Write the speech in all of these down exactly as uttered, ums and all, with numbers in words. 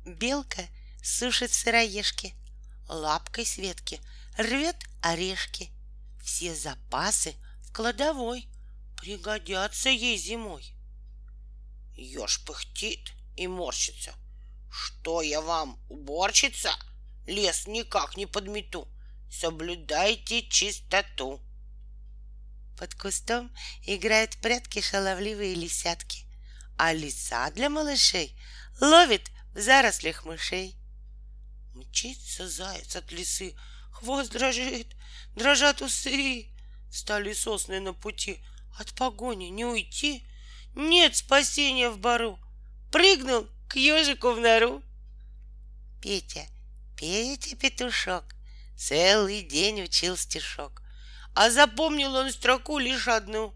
Белка сушит сыроежки, лапкой с ветки рвет орешки. Все запасы в кладовой пригодятся ей зимой. Еж пыхтит и морщится. Что я вам, уборщица? Лес никак не подмету. Соблюдайте чистоту. Под кустом играют в прятки шаловливые лисятки, а лиса для малышей ловит в зарослях мышей. Мчится заяц от лисы, хвост дрожит, дрожат усы. Стали сосны на пути, от погони не уйти. Нет спасения в бору, прыгнул к ежику в нору. Петя, Петя петушок целый день учил стишок, А запомнил он строку лишь одну: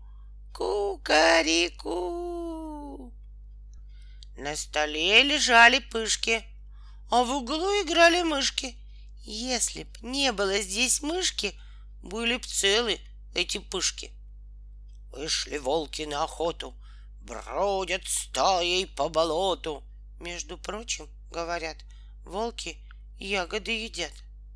ку-ка-ри-ку. На столе лежали пышки, а в углу играли мышки. Если б не было здесь мышки, были б целы эти пышки. Вышли волки на охоту, бродят стаей по болоту. Между прочим, говорят, волки ягоды едят.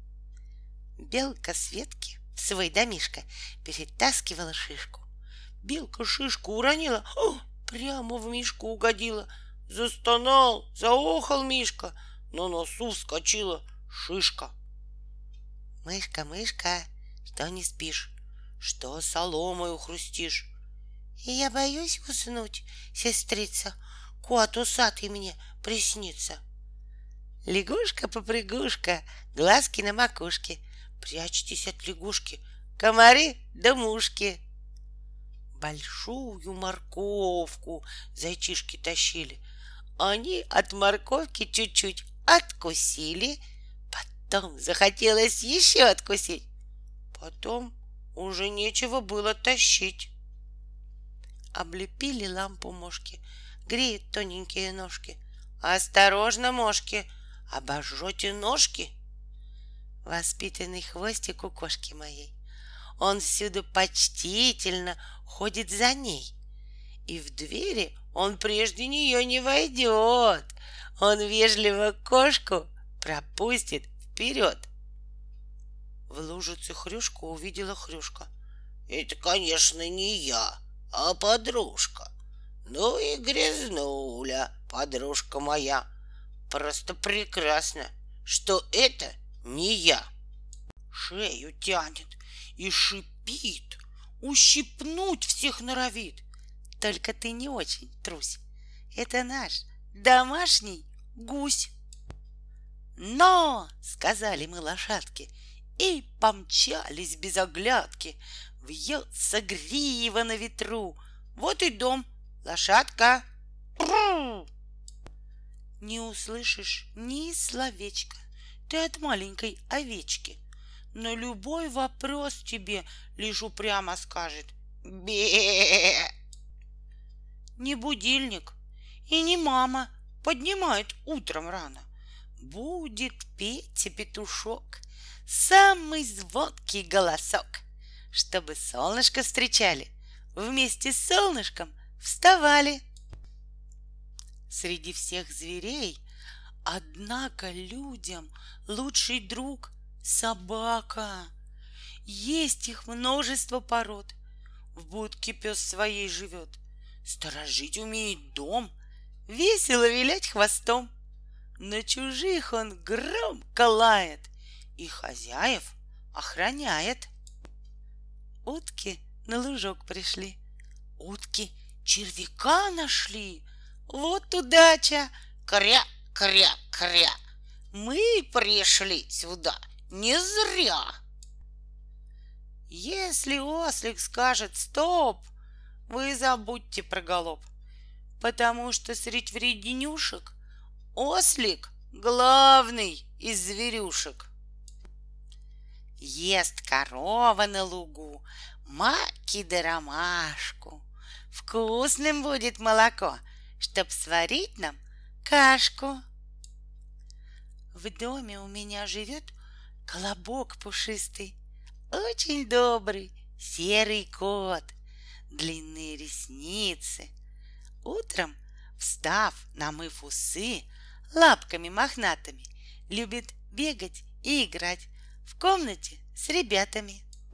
Белка с ветки в свой домишко перетаскивала шишку. Белка шишку уронила, о, прямо в мишку угодила. Застонал, заохал мишка, на носу вскочила шишка. Мышка, мышка, что не спишь? Что соломою хрустишь? Я боюсь уснуть, сестрица, кот усатый мне приснится. Лягушка-попрыгушка, глазки на макушке, прячьтесь от лягушки, комары да мушки. Большую морковку зайчишки тащили. Они от морковки чуть-чуть откусили, потом захотелось еще откусить, потом уже нечего было тащить. Облепили лампу мошки, греют тоненькие ножки. Осторожно, мошки, обожжете ножки. Воспитанный хвостик у кошки моей, он всюду почтительно ходит за ней, и в двери он прежде нее не войдет. Он вежливо кошку пропустит вперед. В лужице хрюшку увидела хрюшка. Это, конечно, не я, а подружка. Ну и грязнуля, подружка моя. Просто прекрасно, что это не я. Шею тянет и шипит, ущипнуть всех норовит. Только ты не очень трусь, это наш домашний гусь. Но, сказали мы лошадки, и помчались без оглядки. Вьется грива на ветру, вот и дом, лошадка. Пру! Не услышишь ни словечка ты от маленькой овечки. На любой вопрос тебе лишь упрямо скажет бе. Не будильник и не мама поднимает утром рано. Будет петь петушок, самый звонкий голосок. Чтобы солнышко встречали, вместе с солнышком вставали. Среди всех зверей, однако, людям лучший друг — собака. Есть их множество пород. В будке пес своей живет, сторожить умеет дом, весело вилять хвостом. На чужих он громко лает и хозяев охраняет. Утки на лужок пришли, утки червяка нашли. Вот удача! Кря, кря, кря. Мы пришли сюда не зря. Если ослик скажет стоп, вы забудьте про галоп, потому что средь вреденюшек ослик главный из зверюшек. Ест корова на лугу маки да ромашку. Вкусным будет молоко, чтоб сварить нам кашку. В доме у меня живет колобок пушистый, очень добрый серый кот, длинные ресницы. Утром, встав, намыв усы, лапками мохнатыми, любит бегать и играть в комнате с ребятами.